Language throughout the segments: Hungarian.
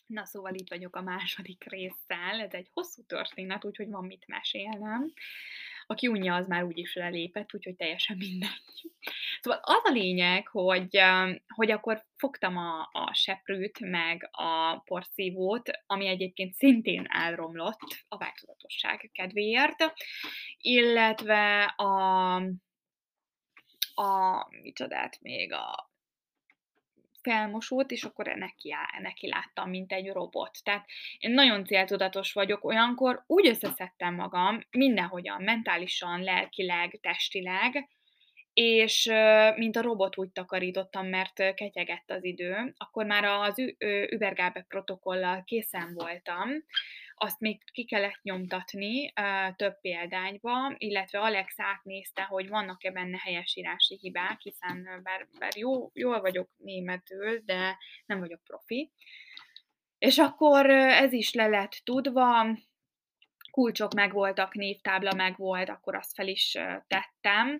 Na szóval itt vagyok a második résszel, ez egy hosszú történet, úgyhogy van mit mesélnem. Aki unja, az már úgyis lelépett, úgyhogy teljesen mindegy. Szóval az a lényeg, hogy akkor fogtam a seprűt, meg a porszívót, ami egyébként szintén elromlott a változatosság kedvéért, illetve micsodát még, a felmosót, és akkor neki láttam, mint egy robot. Tehát én nagyon céltudatos vagyok, olyankor úgy összeszedtem magam mindenhogyan, mentálisan, lelkileg, testileg, és mint a robot úgy takarítottam, mert ketyegett az idő. Akkor már az Übergabe protokollal készen voltam, azt még ki kellett nyomtatni több példányba, illetve Alex átnézte, hogy vannak-e benne helyesírási hibák, hiszen bár jól vagyok németül, de nem vagyok profi. És akkor ez is le lett tudva, kulcsok megvoltak, névtábla megvolt, akkor azt fel is tettem,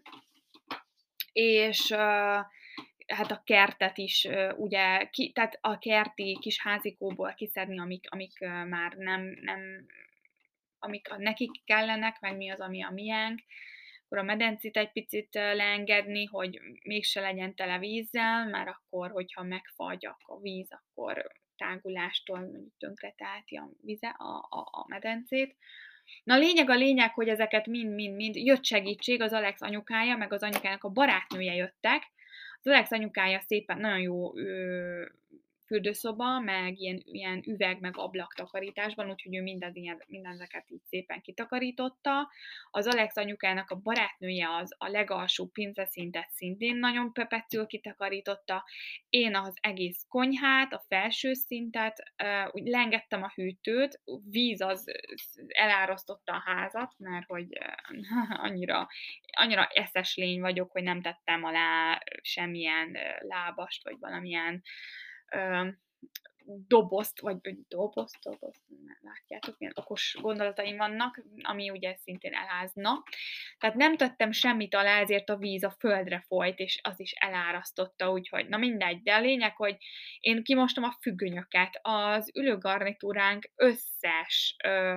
és hát a kertet is ugye tehát a kerti kis házikóból kiszedni, amik már nem amik nekik kellenek, meg mi az, ami a miénk. Akkor a medencét egy picit leengedni, hogy mégse legyen tele vízzel, mert akkor, hogyha megfagy a víz, akkor tágulástól mondjuk tönkreteheti a vize a medencét. Na a lényeg, hogy ezeket mind jött segítség, az Alex anyukája, meg az anyukának a barátnője jöttek. Az Alex anyukája szépen nagyon jó fürdőszoba, meg ilyen üveg, meg ablaktakarításban, úgyhogy ő mindezeket így szépen kitakarította. Az Alex anyukának a barátnője az a legalsó pinceszintet szintén nagyon pepecül kitakarította. Én az egész konyhát, a felső szintet, úgy leengedtem a hűtőt, víz az elárasztotta a házat, mert hogy annyira eszes lény vagyok, hogy nem tettem alá semmilyen lábast, vagy valamilyen ö, dobozt, látjátok, milyen okos gondolataim vannak, ami ugye szintén elázna. Tehát nem tettem semmit alá, ezért a víz a földre folyt, és az is elárasztotta, úgyhogy na mindegy. De a lényeg, hogy én kimostam a függönyöket, az ülőgarnitúránk összes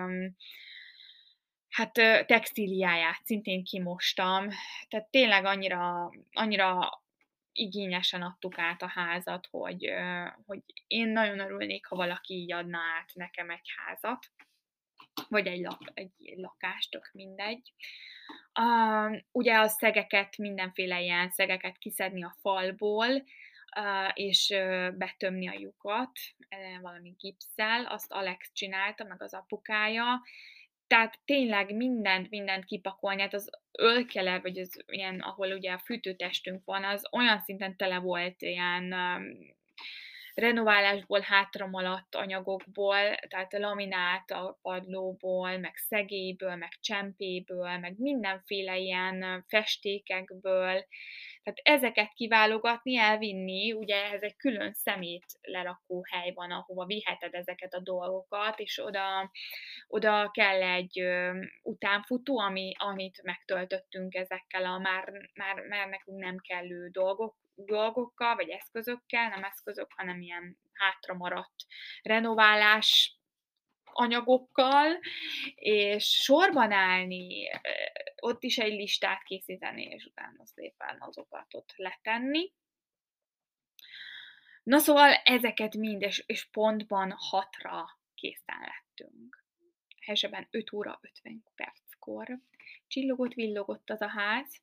textíliáját szintén kimostam. Tehát tényleg annyira igényesen adtuk át a házat, hogy én nagyon örülnék, ha valaki így adna át nekem egy házat, vagy egy lakást, tök mindegy. Ugye a szegeket, mindenféle ilyen szegeket kiszedni a falból, és betömni a lyukat valami gipsszel, azt Alex csinálta, meg az apukája. Tehát tényleg mindent kipakolni, hát az ölkele, vagy az ilyen, ahol ugye a fűtőtestünk van, az olyan szinten tele volt ilyen renoválásból hátramaladt anyagokból, tehát a laminát a padlóból, meg szegélyből, meg csempéből, meg mindenféle ilyen festékekből. Tehát ezeket kiválogatni, elvinni, ugye ehhez egy külön szemétlerakó hely van, ahova viheted ezeket a dolgokat, és oda kell egy utánfutó, amit megtöltöttünk ezekkel a már nekünk nem kellő dolgokkal, vagy eszközökkel, nem eszközök, hanem ilyen hátramaradt renoválás anyagokkal, és sorban állni, ott is egy listát készíteni, és utána szépen azokat ott letenni. Na szóval ezeket mind, és pontban 6-ra készen lettünk. Helyesebben 5 óra 50 perckor. Csillogott-villogott az a ház.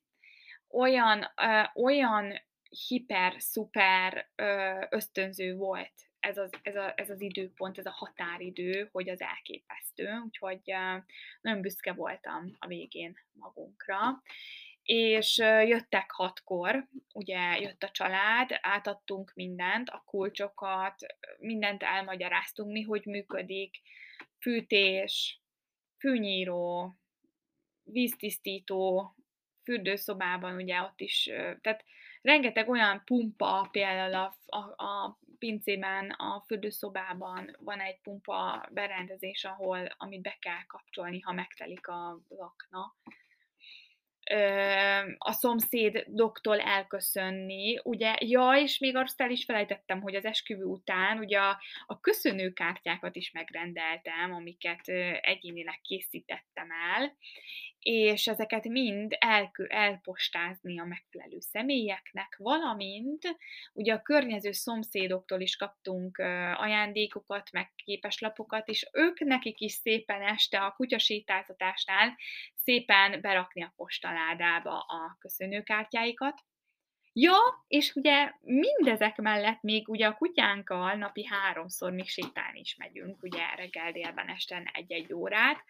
Olyan hiper-szuper ösztönző volt ez az időpont, ez a határidő, hogy az elképesztő, úgyhogy nagyon büszke voltam a végén magunkra. És jöttek 6-kor, ugye jött a család, átadtunk mindent, a kulcsokat, mindent elmagyaráztunk, mi hogy működik, fűtés, fűnyíró, víztisztító, fürdőszobában ugye ott is, tehát rengeteg olyan pumpa, például a pincében, a fürdőszobában van egy pumpa berendezés, amit be kell kapcsolni, ha megtelik az akna. a szomszédoktól elköszönni, ugye, ja, és még azt el is felejtettem, hogy az esküvő után ugye a köszönőkártyákat is megrendeltem, amiket egyénileg készítettem el, és ezeket mind elpostázni a megfelelő személyeknek, valamint ugye a környező szomszédoktól is kaptunk ajándékokat, meg képeslapokat, és ők nekik is szépen este a kutyasétáltatásnál szépen berakni a postaládába a köszönőkártyáikat. Ja, és ugye mindezek mellett még ugye a kutyánkkal napi 3-szor még sétálni is megyünk, ugye reggel, délben, este 1-1 órát.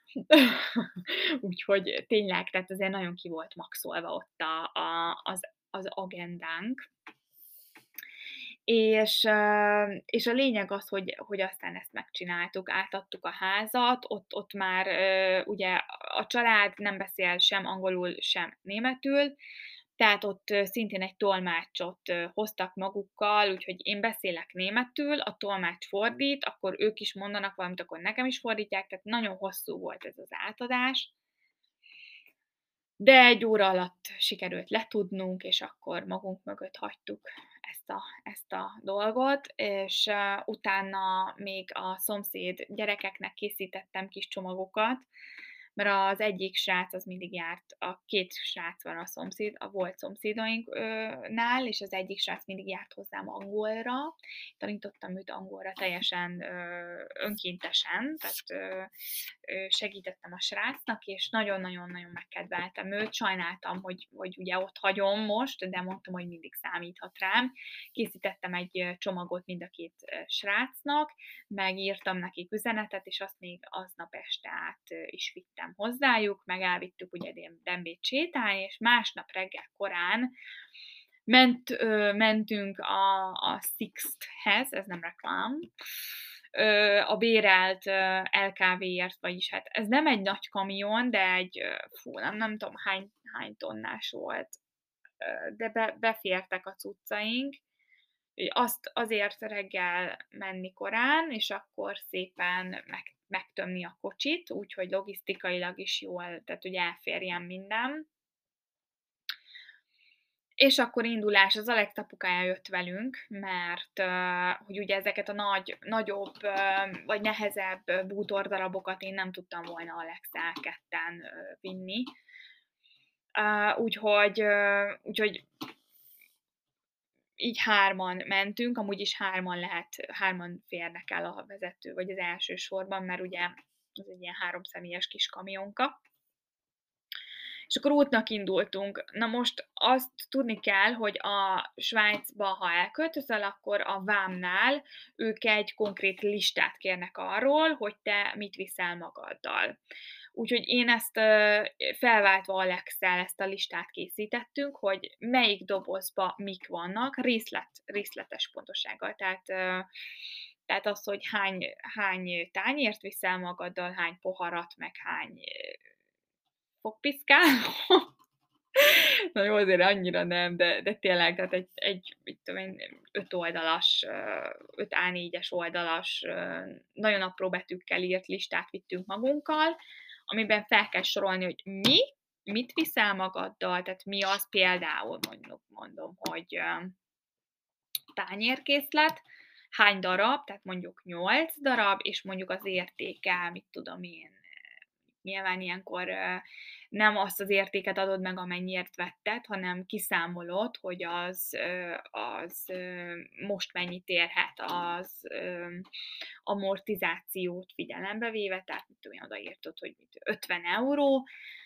Úgyhogy tényleg, tehát azért nagyon ki volt maxolva ott az agendánk. És a lényeg az, hogy aztán ezt megcsináltuk, átadtuk a házat, ott már ugye a család nem beszél sem angolul, sem németül, tehát ott szintén egy tolmácsot hoztak magukkal, úgyhogy én beszélek németül, a tolmács fordít, akkor ők is mondanak valamit, akkor nekem is fordítják, tehát nagyon hosszú volt ez az átadás. De 1 óra alatt sikerült letudnunk, és akkor magunk mögött hagytuk ezt a dolgot, és utána még a szomszéd gyerekeknek készítettem kis csomagokat, mert az egyik srác az mindig járt, a 2 srác van a volt szomszédainknál, és az egyik srác mindig járt hozzám angolra. Tanítottam őt angolra teljesen önkéntesen, tehát segítettem a srácnak, és nagyon-nagyon-nagyon megkedveltem őt. Sajnáltam, hogy ugye ott hagyom most, de mondtam, hogy mindig számíthat rám. Készítettem egy csomagot mind a 2 srácnak, megírtam nekik üzenetet, és azt még aznap este át is vittem hozzájuk, meg elvittük ugye Dembét sétálni, és másnap reggel korán mentünk a Sixt-hez, ez nem reklám, a bérelt LKV-ért, vagyis hát ez nem egy nagy kamion, de egy, nem tudom hány tonnás volt, de befértek a cuccaink, azt azért reggel menni korán, és akkor szépen megtömni a kocsit, úgyhogy logisztikailag is jól, tehát hogy elférjen minden. És akkor indulás, az Alex apukája jött velünk, mert hogy ugye ezeket a nagyobb vagy nehezebb bútordarabokat én nem tudtam volna Alex-el ketten vinni. Úgyhogy így 3-an mentünk, amúgy is 3-an férnek el a vezető, vagy az első sorban, mert ugye ez egy ilyen 3 személyes kis kamionka. És akkor útnak indultunk. Na most azt tudni kell, hogy a Svájcba, ha elköltözöl, akkor a vámnál ők egy konkrét listát kérnek arról, hogy te mit viszel magaddal. Úgyhogy én ezt felváltva Alex-szel ezt a listát készítettünk, hogy melyik dobozba mik vannak, részletes pontossággal. Tehát az, hogy hány tányért viszel magaddal, hány poharat, meg hány fogpiszkáló. Na jó, azért annyira nem, de tényleg, tehát mit tudom én, 5 oldalas, 5 A4-es oldalas, nagyon apró betűkkel írt listát vittünk magunkkal, amiben fel kell sorolni, hogy mit viszel magaddal, tehát mi az például, mondom, hogy tányérkészlet, hány darab, tehát mondjuk 8 darab, és mondjuk az értéke, mit tudom én, nyilván ilyenkor nem azt az értéket adod meg, amennyiért vetted, hanem kiszámolod, hogy az most mennyit érhet, az amortizációt figyelembe véve, tehát mit tudom én, odaírtod, hogy 50 euró,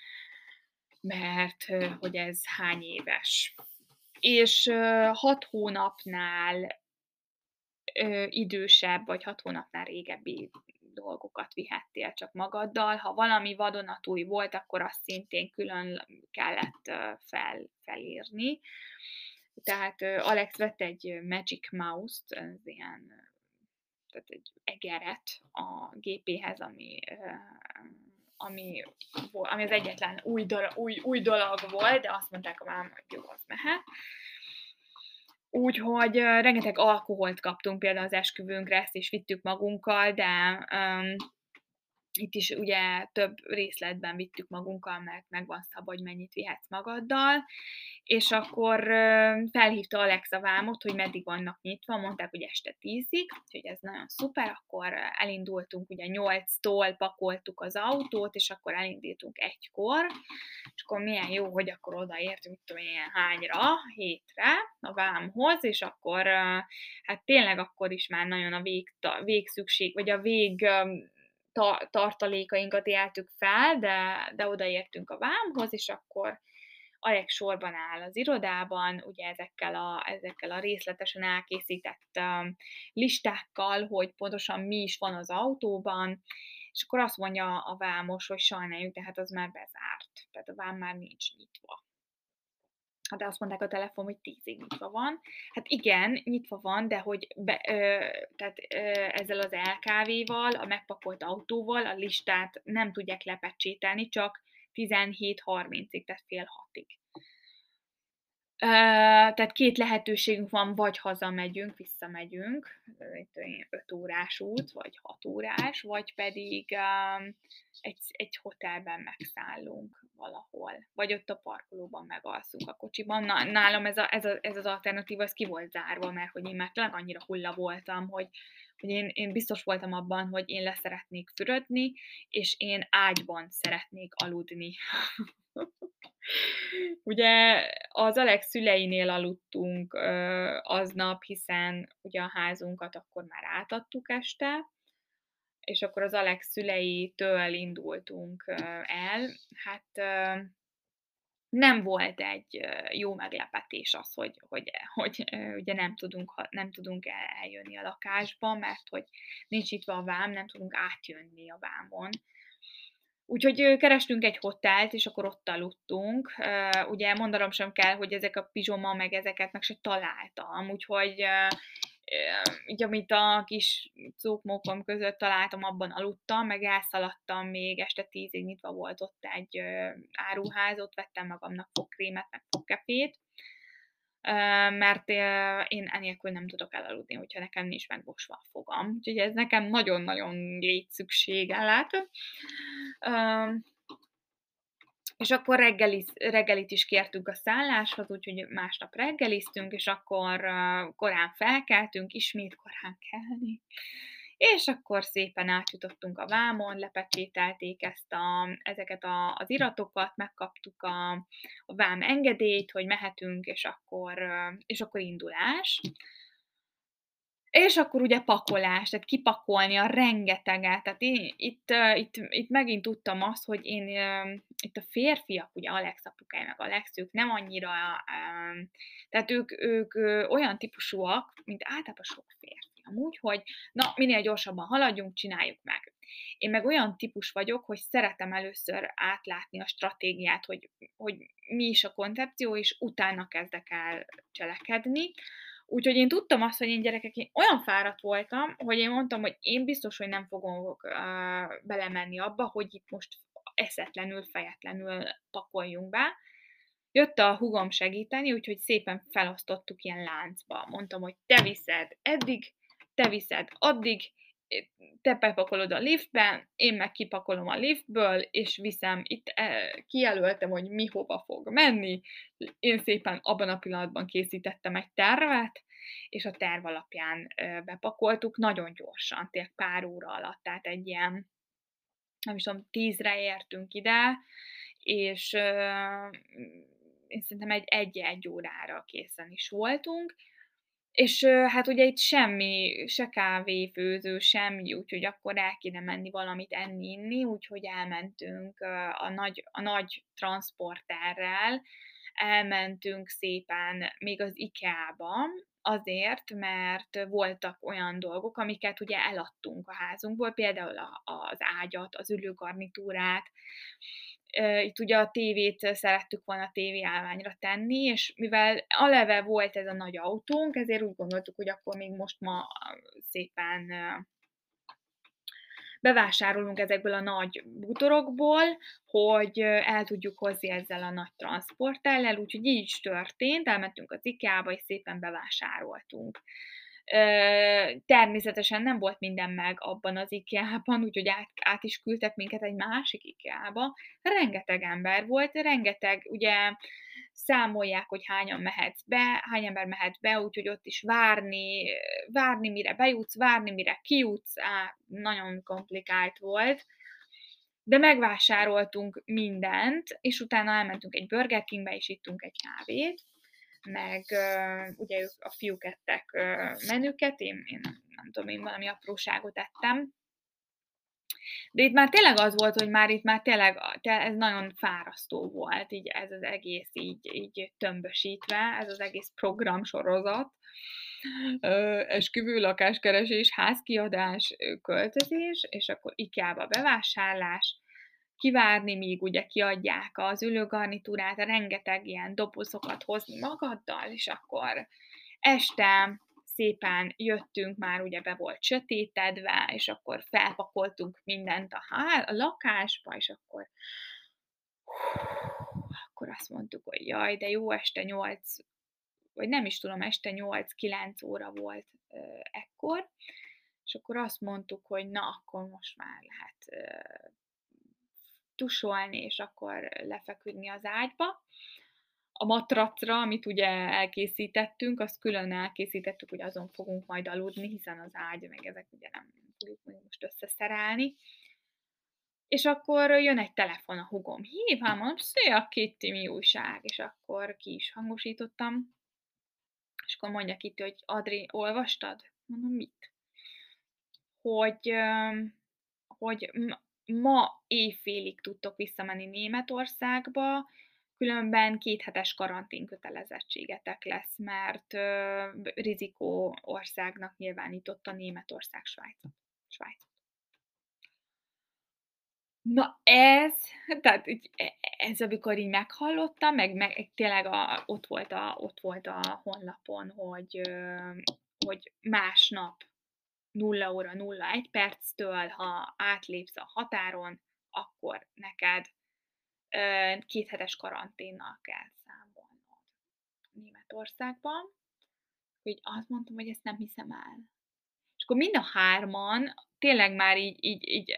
mert hogy ez hány éves. És 6 hónapnál idősebb, vagy 6 hónapnál régebbi dolgokat vihettél csak magaddal. Ha valami vadonatúj volt, akkor azt szintén külön kellett felírni. Tehát Alex vett egy Magic Mouse-t, ez ilyen, tehát egy egeret a gépéhez, ami az egyetlen új dolog volt, de azt mondták a máma, hogy jó, az mehet. Úgyhogy rengeteg alkoholt kaptunk például az esküvőnkre, ezt is vittük magunkkal, de Itt is ugye több részletben vittük magunkkal, mert meg van szabva, hogy mennyit vihetsz magaddal, és akkor felhívta Alex a vámot, hogy meddig vannak nyitva, mondták, hogy este 10-ig, úgyhogy ez nagyon szuper, akkor elindultunk, ugye 8-tól pakoltuk az autót, és akkor elindultunk 1-kor, és akkor milyen jó, hogy akkor odaértünk, mit tudom én, ilyen hányra, 7-re a vámhoz, és akkor hát tényleg akkor is már nagyon a végszükség, vagy a tartalékainkat éltük fel, de odaértünk a vámhoz, és akkor Alex sorban áll az irodában, ugye ezekkel a részletesen elkészített listákkal, hogy pontosan mi is van az autóban, és akkor azt mondja a vámos, hogy sajnáljuk, de hát az már bezárt. Tehát a vám már nincs nyitva. De azt mondták a telefon, hogy 10-ig nyitva van. Hát igen, nyitva van, de hogy tehát ezzel az LKV-val, a megpakolt autóval a listát nem tudják lepecsételni, csak 17:30-ig, tehát fél 6-ig. Tehát 2 lehetőségünk van, vagy hazamegyünk, visszamegyünk, 5 órás út, vagy 6 órás, vagy pedig egy hotelben megszállunk valahol, vagy ott a parkolóban megalszunk a kocsiban. Nálam ez az alternatíva, ez ki volt zárva, mert hogy én már tényleg annyira hulla voltam, hogy én biztos voltam abban, hogy én leszeretnék fürödni, és én ágyban szeretnék aludni. Ugye az Alex szüleinél aludtunk aznap, hiszen ugye a házunkat akkor már átadtuk este, és akkor az Alex szüleitől indultunk el. Hát nem volt egy jó meglepetés az, hogy ugye nem tudunk eljönni a lakásba, mert hogy nincs nyitva a vám, nem tudunk átjönni a vámon. Úgyhogy kerestünk egy hotelt, és akkor ott aludtunk. Ugye mondanom sem kell, hogy ezek a pizsoma, meg ezeket meg se találtam, úgyhogy így amit a kis cukmókom között találtam, abban aludtam, meg elszaladtam, még este 10-ig nyitva volt ott egy áruház, ott vettem magamnak fogkrémet, meg fogkefét, mert én enélkül nem tudok elaludni, hogyha nekem nincs megmosva a fogam. Úgyhogy ez nekem nagyon-nagyon létszükségellet. És akkor reggelit is kértünk a szálláshoz, úgyhogy másnap reggeliztünk, és akkor korán felkeltünk, ismét korán kelni. És akkor szépen átjutottunk a vámon, lepecsételték ezeket az iratokat, megkaptuk a vám engedélyt, hogy mehetünk, és akkor indulás. És akkor ugye pakolás, tehát kipakolni a rengeteget. Tehát én itt megint tudtam azt, hogy én itt a férfiak, ugye Alex apukája, meg Alex, ők nem annyira, tehát ők olyan típusúak, mint általában sok férfi amúgy, hogy na, minél gyorsabban haladjunk, csináljuk meg. Én meg olyan típus vagyok, hogy szeretem először átlátni a stratégiát, hogy mi is a koncepció, és utána kezdek el cselekedni. Úgyhogy én tudtam azt, hogy én olyan fáradt voltam, hogy én mondtam, hogy én biztos, hogy nem fogok belemenni abba, hogy itt most eszetlenül, fejetlenül pakoljunk be. Jött a húgom segíteni, úgyhogy szépen felosztottuk ilyen láncba. Mondtam, hogy te viszed eddig, te viszed addig, te bepakolod a liftbe, én meg kipakolom a liftből, és viszem, itt kijelöltem, hogy mi hova fog menni. Én szépen abban a pillanatban készítettem egy tervet, és a terv alapján bepakoltuk nagyon gyorsan, tényleg pár óra alatt, tehát egy ilyen, nem is tudom, 10-re értünk ide, és én szerintem egy órára készen is voltunk, és hát ugye itt semmi, se kávéfőző, semmi, úgyhogy akkor el kéne menni valamit enni-inni, úgyhogy elmentünk a nagy transzporterrel, elmentünk szépen még az IKEA-ba, azért, mert voltak olyan dolgok, amiket ugye eladtunk a házunkból, például az ágyat, az ülőgarnitúrát, itt ugye a tévét szerettük volna tévéállványra tenni, és mivel eleve volt ez a nagy autónk, ezért úgy gondoltuk, hogy akkor még most ma szépen bevásárolunk ezekből a nagy bútorokból, hogy el tudjuk hozni ezzel a nagy transzportterrel, úgyhogy így is történt, elmentünk az IKEA-ba, és szépen bevásároltunk. Természetesen nem volt minden meg abban az IKEA-ban, úgyhogy át is küldtek minket egy másik IKEA-ba. Rengeteg ember volt, rengeteg, ugye számolják, hogy hány ember mehet be, úgyhogy ott is várni, mire bejutsz, várni, mire kijutsz, nagyon komplikált volt. De megvásároltunk mindent, és utána elmentünk egy Burger Kingbe, és ittunk egy kávét, meg ugye ők a fiúk ettek menüket, én nem tudom, én valami apróságot ettem. De itt már tényleg az volt, hogy már itt már tényleg ez nagyon fárasztó volt, így ez az egész így tömbösítve, ez az egész programsorozat. Esküvő, lakáskeresés, házkiadás, költözés, és akkor IKEA-ba bevásárlás, kivárni, míg ugye kiadják az ülőgarnitúrát, rengeteg ilyen dobozokat hozni magaddal, és akkor este szépen jöttünk, már ugye be volt sötétedve, és akkor felpakoltunk mindent a lakásba, és akkor azt mondtuk, hogy jaj, de jó, este 8, vagy nem is tudom, este 8-9 óra volt ekkor, és akkor azt mondtuk, hogy na, akkor most már lehet tusolni, és akkor lefeküdni az ágyba. A matracra, amit ugye elkészítettünk, azt külön elkészítettük, hogy azon fogunk majd aludni, hiszen az ágy, meg ezek ugye nem fogjuk még most összeszerelni. És akkor jön egy telefon, a húgom hív, mondom, szia Kitty, mi újság? És akkor ki is hangosítottam, és akkor mondja Kitty, hogy Adri, olvastad? Mondom, mit? Hogy ma éjfélig tudtok visszamenni Németországba, különben 2 hetes karantén kötelezettségetek lesz, mert rizikó országnak nyilvánította Németország Svájcot. Na tehát ez amikor így meghallottam, meg tényleg ott volt a honlapon, hogy másnap 0 óra 01 perctől, ha átlépsz a határon, akkor neked 2 hetes karanténnal kell számolnod Németországban. Úgy azt mondtam, hogy ezt nem hiszem el. És akkor mind a 3-an tényleg már így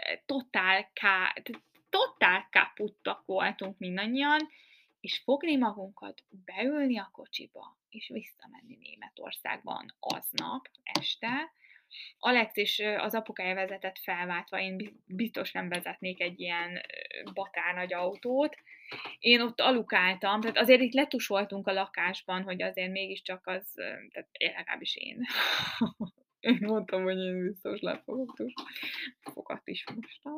totál kaputtak voltunk mindannyian, és fogni magunkat, beülni a kocsiba, és visszamenni Németországban aznap este. Alex és az apukája vezetett felváltva, én biztos nem vezetnék egy ilyen batárnagy autót. Én ott alukáltam, tehát azért itt letusoltunk a lakásban, hogy azért mégiscsak az, tehát legalábbis én. Én mondtam, hogy én biztos le fogok tusolni. Fogat is mostam.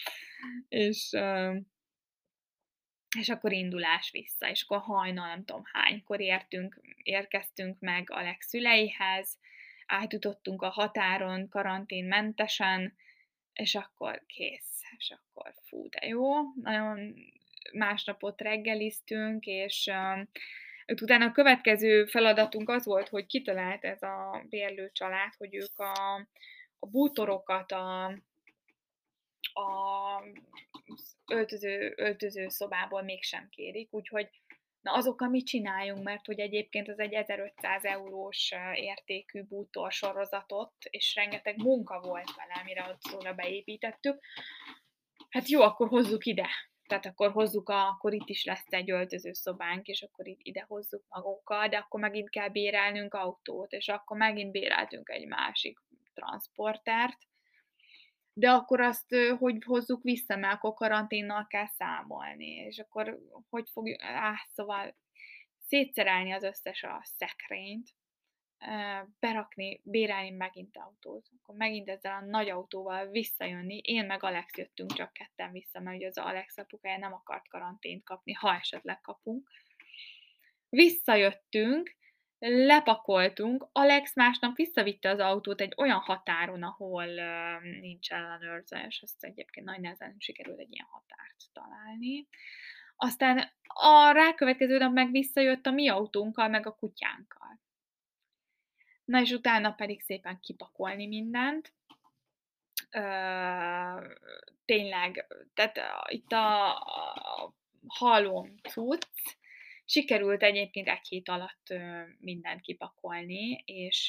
És akkor indulás vissza, és akkor hajnal nem tudom hánykor érkeztünk meg Alex szüleihez, átjutottunk a határon karanténmentesen, és akkor kész, és akkor fú, de jó. Nagyon másnapot reggeliztünk, és utána a következő feladatunk az volt, hogy kitalált ez a bérlő család, hogy ők a bútorokat öltöző szobából mégsem kérik, úgyhogy na azokkal mit csináljunk, mert hogy egyébként az egy 1500 eurós értékű bútor sorozatot, és rengeteg munka volt vele, mire ott szóra beépítettük. Hát jó, akkor hozzuk ide. Tehát akkor itt is lesz egy öltözőszobánk, és akkor ide hozzuk magunkkal, de akkor megint kell bérelnünk autót, és akkor megint béreltünk egy másik transportert, de akkor azt hogy hozzuk vissza, mert akkor karanténnal kell számolni, és akkor hogy fogjuk, szóval szétszerelni az összes a szekrényt, berakni, bérelni megint autót, akkor megint ezzel a nagy autóval visszajönni, én meg Alex jöttünk csak ketten vissza, mert ugye az Alex apukája nem akart karantént kapni, ha esetleg kapunk. Visszajöttünk, lepakoltunk, Alex másnap visszavitte az autót egy olyan határon, ahol nincs ellenőrzés, azt egyébként nagy nehezen sikerült egy ilyen határt találni. Aztán a rákövetkező nap meg visszajött a mi autónkkal, meg a kutyánkkal. Na és utána pedig szépen kipakolni mindent. Tényleg, tehát itt a halom cucc, Sikerült egyébként 1 hét alatt mindent kipakolni, és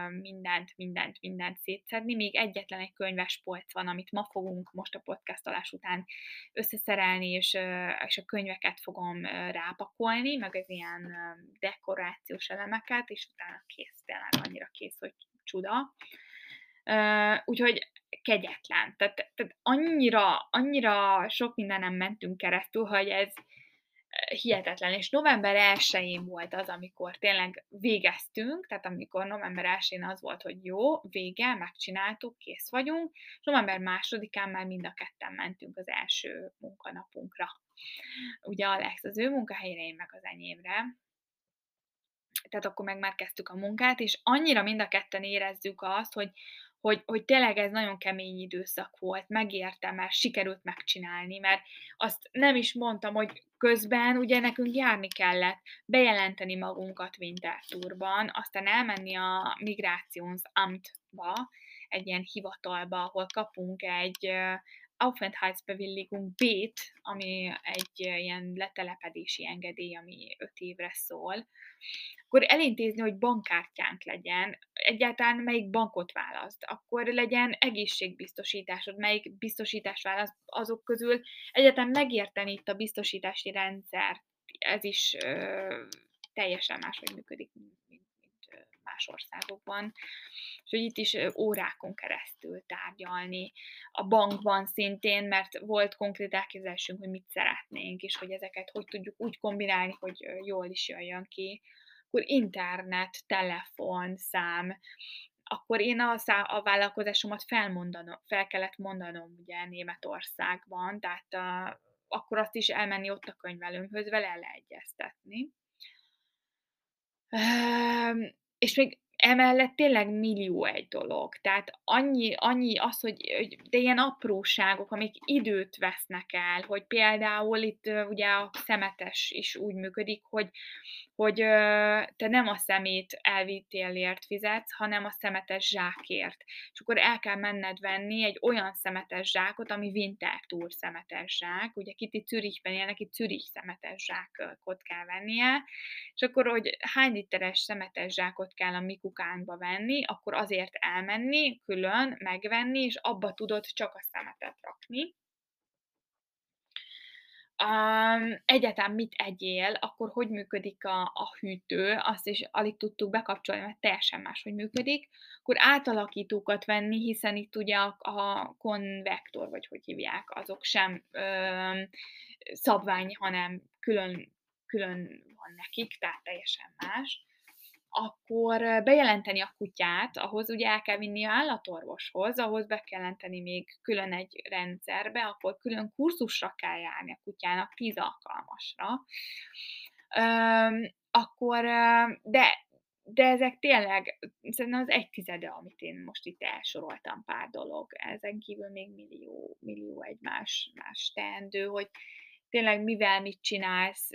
mindent szétszedni. Még egyetlen egy könyvespolc van, amit ma fogunk most a podcastolás után összeszerelni, és a könyveket fogom rápakolni, meg az ilyen dekorációs elemeket, és utána kész, tényleg annyira kész, hogy csuda. Úgyhogy kegyetlen. Tehát annyira sok mindenem mentünk keresztül, hogy ez hihetetlen. És november 1-én volt az, amikor tényleg végeztünk, tehát amikor november 1-én az volt, hogy jó, vége, megcsináltuk, kész vagyunk, és november 2-án már mind a ketten mentünk az első munkanapunkra. Ugye Alex az ő munkahelyére, én meg az enyémre. Tehát akkor meg már kezdtük a munkát, és annyira mind a ketten érezzük azt, hogy tényleg ez nagyon kemény időszak volt, megérte, mert sikerült megcsinálni, mert azt nem is mondtam, hogy közben ugye nekünk járni kellett, bejelenteni magunkat Winterthurban, aztán elmenni a Migrationsamtba, egy ilyen hivatalba, ahol kapunk egy Aufenthaltsbewilligung B-t, ami egy ilyen letelepedési engedély, ami 5 évre szól, akkor elintézni, hogy bankkártyánk legyen, egyáltalán melyik bankot választ, akkor legyen egészségbiztosításod, melyik biztosítást választ azok közül, egyáltalán megérteni itt a biztosítási rendszert, ez is teljesen máshogy működik, mint más országokban. És hogy itt is órákon keresztül tárgyalni. A bankban szintén, mert volt konkrét elképzelésünk, hogy mit szeretnénk, és hogy ezeket hogy tudjuk úgy kombinálni, hogy jól is jöjjön ki. Akkor internet, telefon, szám, akkor én a vállalkozásomat fel kellett mondanom ugye Németországban, tehát akkor azt is elmenni ott a könyvelőmhöz, vele leegyeztetni. És még emellett tényleg millió egy dolog. Tehát annyi az, hogy de ilyen apróságok, amik időt vesznek el, hogy például itt ugye a szemetes is úgy működik, hogy te nem a szemét elvitélért fizetsz, hanem a szemetes zsákért. És akkor el kell menned venni egy olyan szemetes zsákot, ami Winterthur szemetes zsák. Ugye kiti Zürichben élnek, itt Zürich szemetes zsákot kell vennie, és akkor, hogy hány literes szemetes zsákot kell a mi kukánkba venni, akkor azért elmenni, külön megvenni, és abba tudod csak a szemetet rakni. Egyáltalán mit egyél, akkor hogy működik a hűtő, azt is alig tudtuk bekapcsolni, mert teljesen máshogy működik. Akkor átalakítókat venni, hiszen itt ugye a konvektor, vagy hogy hívják, azok sem szabvány, hanem külön van nekik, tehát teljesen más. Akkor bejelenteni a kutyát, ahhoz ugye el kell vinni a állatorvoshoz, ahhoz be kell jelenteni még külön egy rendszerbe, akkor külön kurzusra kell járni a kutyának 10 alkalmasra. Akkor, de ezek tényleg, szerintem az 1/10, amit én most itt elsoroltam pár dolog. Ezen kívül még millió egy más teendő, hogy tényleg mivel mit csinálsz,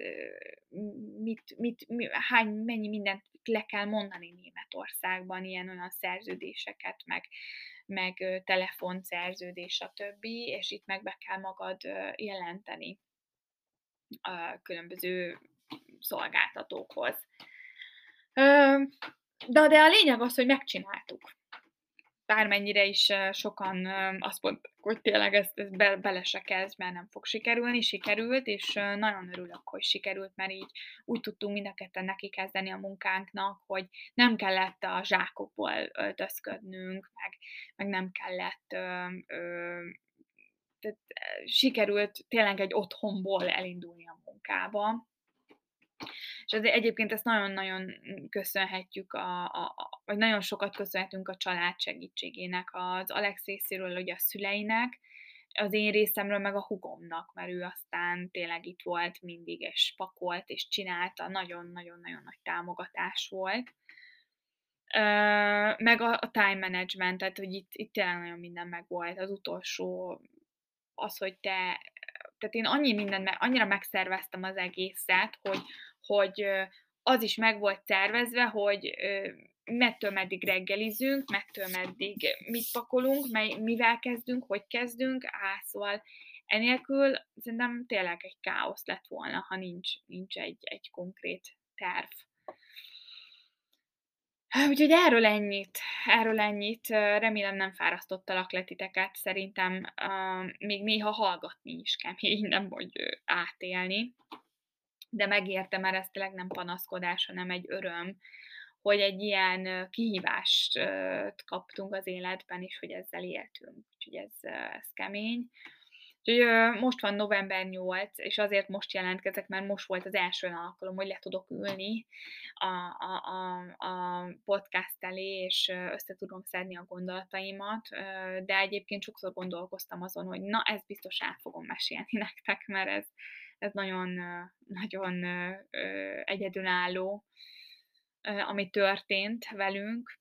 mennyi mindent le kell mondani Németországban, ilyen-olyan szerződéseket, meg telefonszerződés, stb. És itt meg be kell magad jelenteni a különböző szolgáltatókhoz. De a lényeg az, hogy megcsináltuk. Bármennyire is sokan azt mondták, hogy tényleg ezt bele se kezd, mert nem fog sikerülni, sikerült, és nagyon örülök, hogy sikerült, mert így úgy tudtunk mind a ketten neki kezdeni a munkánknak, hogy nem kellett a zsákokból öltözködnünk, meg nem kellett, tehát sikerült tényleg egy otthonból elindulni a munkába. És egyébként ezt nagyon-nagyon köszönhetjük, vagy nagyon sokat köszönhetünk a család segítségének, az Alex részéről ugye a szüleinek, az én részemről meg a hugomnak, mert ő aztán tényleg itt volt mindig, és pakolt, és csinálta, nagyon-nagyon-nagyon nagy támogatás volt. Meg a time management, tehát hogy itt tényleg nagyon minden megvolt. Az utolsó az, hogy tehát én annyira megszerveztem az egészet, hogy az is meg volt tervezve, hogy mettől meddig reggelizünk, mettől meddig mit pakolunk, mivel kezdünk, hogy kezdünk, szóval Enélkül szerintem tényleg egy káosz lett volna, ha nincs egy konkrét terv. Úgyhogy erről ennyit, remélem nem fárasztottalak le titeket, szerintem, még néha hallgatni is kemény, nem hogy átélni, de megérte, mert ez tényleg nem panaszkodás, hanem egy öröm, hogy egy ilyen kihívást kaptunk az életben, és hogy ezzel éltünk. Úgyhogy ez kemény. Úgyhogy most van november 8, és azért most jelentkezek, mert most volt az első olyan alkalom, hogy le tudok ülni a podcast elé, és össze tudom szedni a gondolataimat, de egyébként sokszor gondolkoztam azon, hogy na, ezt biztos el fogom mesélni nektek, mert ez nagyon, nagyon egyedülálló, ami történt velünk,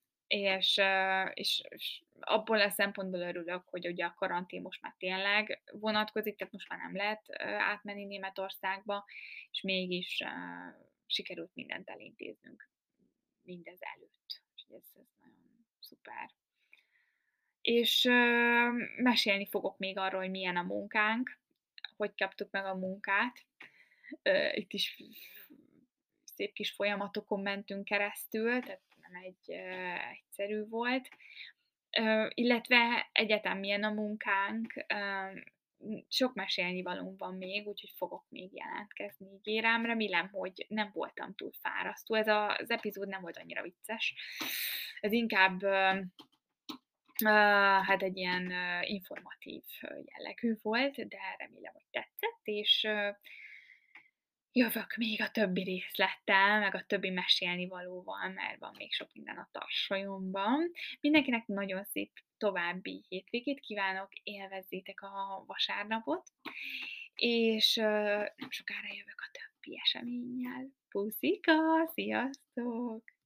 és abból a szempontból örülök, hogy ugye a karantén most már tényleg vonatkozik, tehát most már nem lehet átmenni Németországba, és mégis sikerült mindent elintéznünk mindez előtt. Úgyhogy ez nagyon szuper. És mesélni fogok még arról, hogy milyen a munkánk, hogy kaptuk meg a munkát. Itt is szép kis folyamatokon mentünk keresztül, tehát nem egyszerű volt. Illetve egyáltalán milyen a munkánk, sok mesélnivalónk van még, úgyhogy fogok még jelentkezni, ígérem. Remélem, hogy nem voltam túl fárasztó. Ez az epizód nem volt annyira vicces. Ez inkább hát egy ilyen informatív jellegű volt, de remélem, hogy tetszett, és jövök még a többi részlettel, meg a többi mesélnivalóval, mert van még sok minden a tarsolyomban. Mindenkinek nagyon szép további hétvégét kívánok, élvezzétek a vasárnapot, és nem sokára jövök a többi eseménnyel. Puszika, sziasztok!